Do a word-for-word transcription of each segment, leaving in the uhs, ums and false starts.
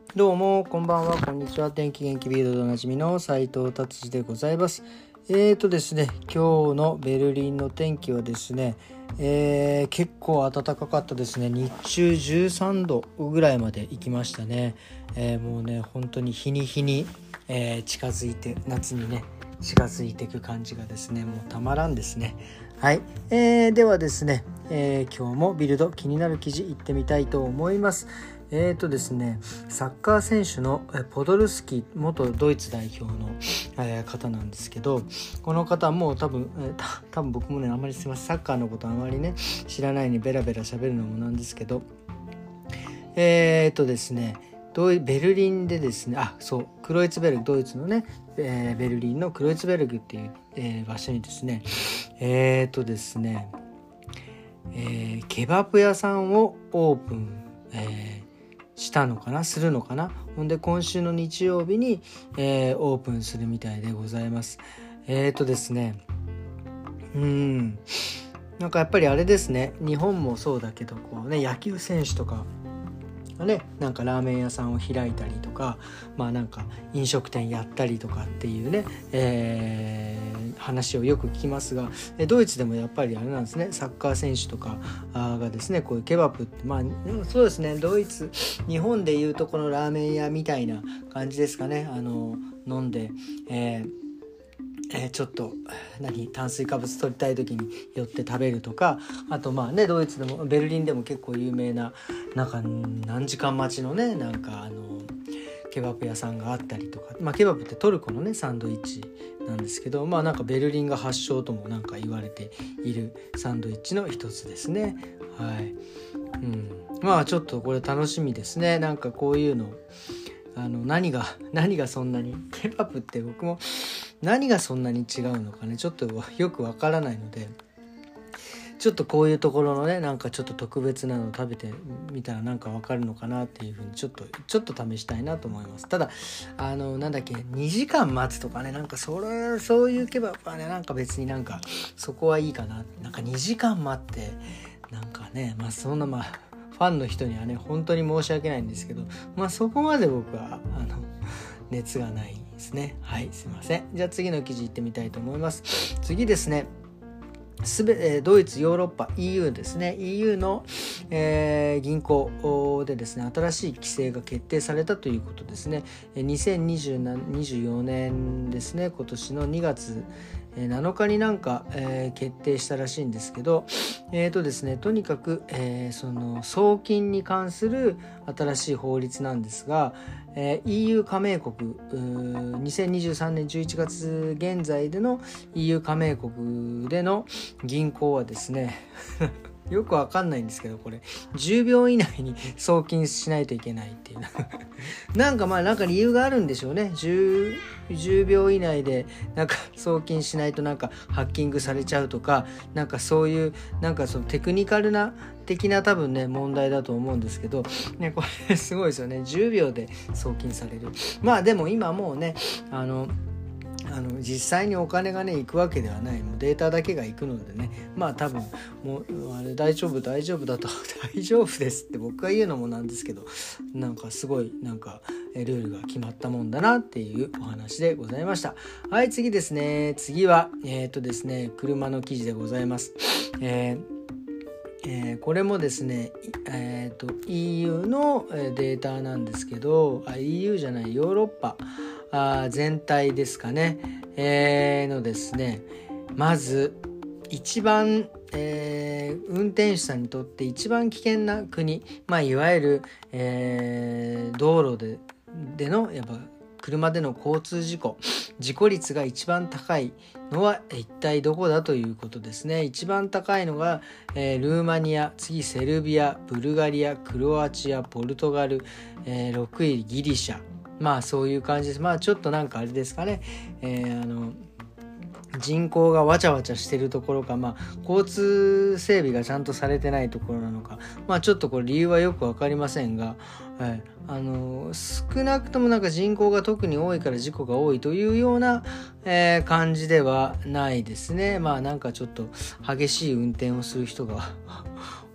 どうもこんばんは、こんにちは。天気元気ビルドでおなじみの斉藤達治でございます。えーとですね今日のベルリンの天気はですね、えー、結構暖かかったですね。日中じゅうさんどぐらいまで行きましたね。えー、もうね本当に日に日に、えー、近づいて夏にね近づいていく感じがですねもうたまらんですね。はい、えー、ではですね、えー、今日もビルド気になる記事いってみたいと思います。えーとですね、サッカー選手のポドルスキ元ドイツ代表の、えー、方なんですけど、この方も多分、えー、た多分僕もねあんまりすいませんサッカーのことあまりね知らないようにベラベラ喋るのもなんですけど、えーとですねベルリンでですねあそうクロイツベルグドイツのね、えー、ベルリンのクロイツベルグっていう、えー、場所にですねえーとですね、えー、ケバブ屋さんをオープン、えーしたのかなするのかなほんで今週の日曜日に、えー、オープンするみたいでございます。えーとですねうーんなんかやっぱりあれですね、日本もそうだけどこうね野球選手とかね、なんかラーメン屋さんを開いたりとか、まあなんか飲食店やったりとかっていうね、えー、話をよく聞きますが、ドイツでもやっぱりあれなんですね、サッカー選手とかがですねこういうケバブって、まあそうですね、ドイツ日本でいうとこのラーメン屋みたいな感じですかね。あの飲んで、えーえー、ちょっと何炭水化物取りたい時に寄って食べるとか、あとまあねドイツでもベルリンでも結構有名ななんか何時間待ちのねなんかあのケバブ屋さんがあったりとか、まあケバブってトルコのねサンドイッチなんですけど、まあなんかベルリンが発祥ともなんか言われているサンドイッチの一つですね。はい、うん、まあちょっとこれ楽しみですね。なんかこういうのあの何が何がそんなにケバブって僕も何がそんなに違うのかねちょっとよくわからないので、ちょっとこういうところのねなんかちょっと特別なのを食べてみたらなんかわかるのかなっていうふうにちょっとちょっと試したいなと思います。ただあのなんだっけにじかん待つとかねなんかそれそういうケバブはねなんか別になんかそこはいいかな。なんかにじかん待ってなんかねまあそんなまあファンの人にはね本当に申し訳ないんですけど、まあそこまで僕はあの熱がないですね。はい、すいません。じゃあ次の記事いってみたいと思います。次ですね。すべドイツ、ヨーロッパ、イーユー ですね。イーユー の、えー、銀行でですね、新しい規制が決定されたということですね。にせんにじゅうよねんですね、今年のにがつなのかになんか、えー、決定したらしいんですけど、えーとですね、とにかく、えー、その送金に関する新しい法律なんですが、えー、イーユー 加盟国にせんにじゅうさんねんじゅういちがつ現在での イーユー 加盟国での銀行はですねよくわかんないんですけどこれじゅうびょう以内に送金しないといけないっていうなんかまあなんか理由があるんでしょうね。 10, じゅうびょう以内でなんか送金しないとなんかハッキングされちゃうとかなんかそういうなんかそのテクニカルな的な多分ね問題だと思うんですけどね、これすごいですよね。じゅうびょうで送金される。まあでも今もうねあのあの実際にお金がね行くわけではない、もうデータだけが行くのでね、まあ多分もうあれ大丈夫大丈夫だと大丈夫ですって僕が言うのもなんですけど、なんかすごいなんかルールが決まったもんだなっていうお話でございました。はい、次ですね。次はえっとですね車の記事でございます。えーえー、これもですね、えー、と イーユー のデータなんですけど、あ イーユー じゃないヨーロッパあ全体ですかね、えー、のですねまず一番、えー、運転手さんにとって一番危険な国、まあいわゆる、えー、道路ででのやっぱ車での交通事故事故率が一番高いのは一体どこだということですね。一番高いのが、えー、ルーマニア、次セルビア、ブルガリア、クロアチア、ポルトガル、えー、ろくいギリシャ、まあそういう感じです。まあちょっとなんかあれですかね、えー、あの人口がわちゃわちゃしてるところか、まあ交通整備がちゃんとされてないところなのか、まあちょっとこれ理由はよくわかりませんが、はい、あの少なくともなんか人口が特に多いから事故が多いというような、えー、感じではないですね。まあなんかちょっと激しい運転をする人が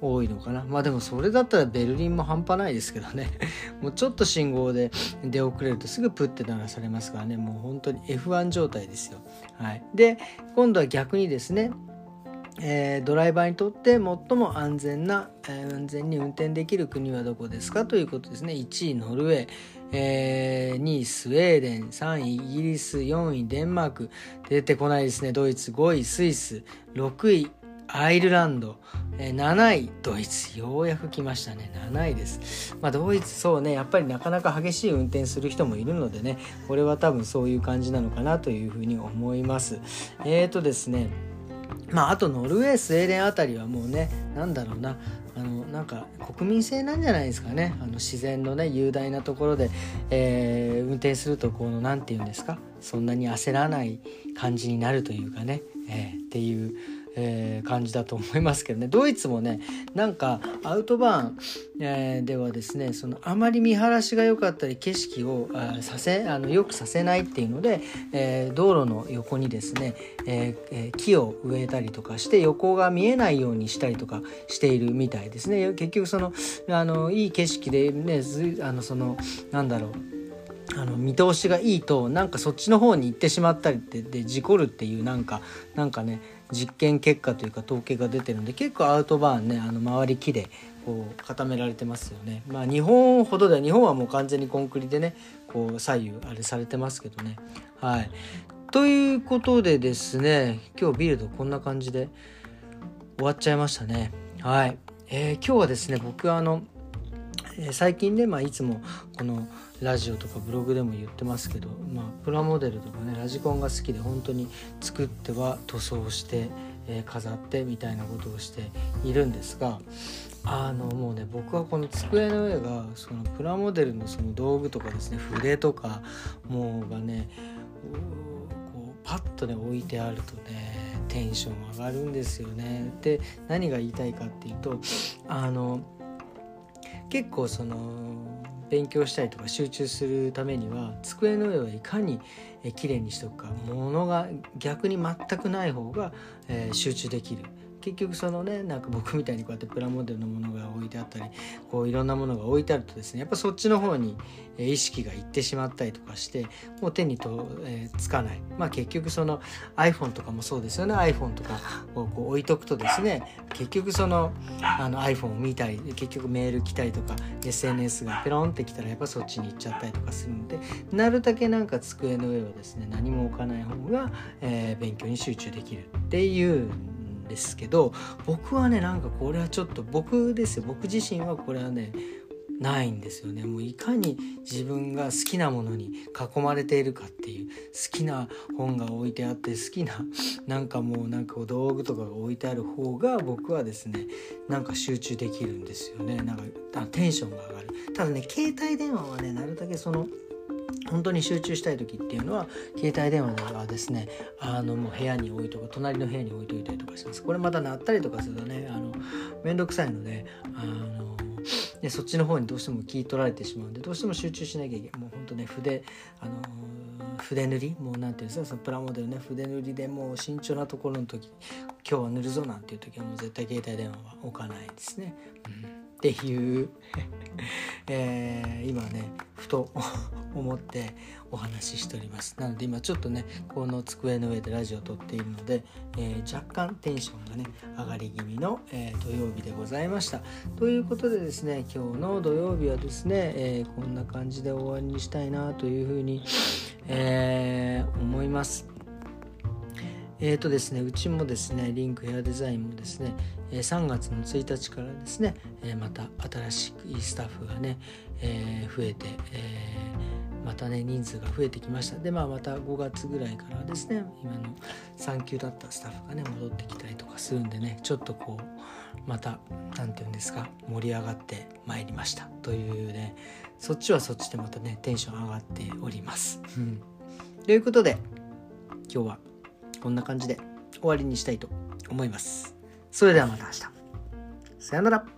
多いのかな。まあでもそれだったらベルリンも半端ないですけどねもうちょっと信号で出遅れるとすぐプッて鳴らされますからね、もう本当に エフワン 状態ですよ。はい、で今度は逆にですね、えー、ドライバーにとって最も安全な、えー、安全に運転できる国はどこですかということですね。いちいノルウェー、えー、にいスウェーデン、さんいイギリス、よんいデンマーク、出てこないですねドイツ、ごいスイス、ろくいアイルランド、えー、なないドイツ、ようやく来ましたね、なないです。まあドイツ、そうね、やっぱりなかなか激しい運転する人もいるのでね、これは多分そういう感じなのかなというふうに思います。えーとですねまあ、あとノルウェー、スウェーデンあたりはもうね、なんだろうな、あのなんか国民性なんじゃないですかね。あの自然のね雄大なところで、えー、運転するとこのなんていうんですか、そんなに焦らない感じになるというかね、えー、っていう、えー、感じだと思いますけどね。ドイツもね、なんかアウトバーン、えー、ではですね、そのあまり見晴らしが良かったり景色をあさせあのよくさせないっていうので、えー、道路の横にですね、えー、木を植えたりとかして横が見えないようにしたりとかしているみたいですね。結局そのあのいい景色でね、ずあのそのなんだろうあの見通しがいいとなんかそっちの方に行ってしまったりってで事故るっていうなんかなんかね実験結果というか統計が出てるので、結構アウトバーンね、あの周り木でこう固められてますよね。まあ日本ほどでは、日本はもう完全にコンクリでねこう左右あれされてますけどね。はい、ということでですね、今日ビルドこんな感じで終わっちゃいましたね。はい、えー、今日はですね、僕はあの、えー、最近ね、まあ、いつもこのラジオとかブログでも言ってますけど、まあ、プラモデルとかねラジコンが好きで、本当に作っては塗装して、えー、飾ってみたいなことをしているんですが、あのもうね、僕はこの机の上がそのプラモデルのその道具とかですね、筆とかもうがねこうパッとね置いてあるとねテンション上がるんですよね。で、何が言いたいかっていうと、あの結構その勉強したりとか集中するためには机の上をいかにきれいにしとくか、ものが逆に全くない方が、えー、集中できる。結局そのね、なんか僕みたいにこうやってプラモデルのものが置いてあったり、こういろんなものが置いてあるとですね、やっぱそっちの方に意識がいってしまったりとかして、もう手にと、えー、つかない。まあ結局その iPhone とかもそうですよね。 iPhone とかをこう置いとくとですね、結局そのあの iPhone を見たり、結局メール来たりとか エスエヌエス がペロンってきたらやっぱそっちに行っちゃったりとかするので、なるだけなんか机の上をですね何も置かない方が、えー、勉強に集中できるっていうですけど、僕はねなんかこれはちょっと僕ですよ僕自身はこれはねないんですよね。もういかに自分が好きなものに囲まれているかっていう、好きな本が置いてあって好きななんかもうなんか道具とかが置いてある方が僕はですねなんか集中できるんですよね。なんかテンションが上がる。ただね、携帯電話はねなるだけその本当に集中したい時っていうのは携帯電話はですね、あのもう部屋に置いとく、隣の部屋に置いといたりとかします。これまた鳴ったりとかするとね、あのめんどくさいので、あのでそっちの方にどうしても気取られてしまうんで、どうしても集中しなきゃいけない。もう本当ね筆あの筆塗りもうなんていうんですか、そのプラモデルね筆塗りでもう慎重なところの時、今日は塗るぞなんていう時はもう絶対携帯電話は置かないですね、うん、っていう、えー、今ねふと思ってお話ししております。なので今ちょっとねこの机の上でラジオを撮っているので、えー、若干テンションがね上がり気味の、えー、土曜日でございました。ということでですね、今日の土曜日はですね、えー、こんな感じで終わりにしたいなというふうに、えー、思います。えーとですね、うちもですねリンクヘアデザインもですねさんがつのついたちからですねまた新しいスタッフがね、えー、増えて、えー、またね人数が増えてきました。で、まあ、またごがつぐらいからですね、今の産休だったスタッフがね戻ってきたりとかするんでね、ちょっとこうまたなんていうんですか、盛り上がってまいりましたというね、そっちはそっちでまたねテンション上がっております、うん、ということで今日はこんな感じで終わりにしたいと思います。それではまた明日。さよなら。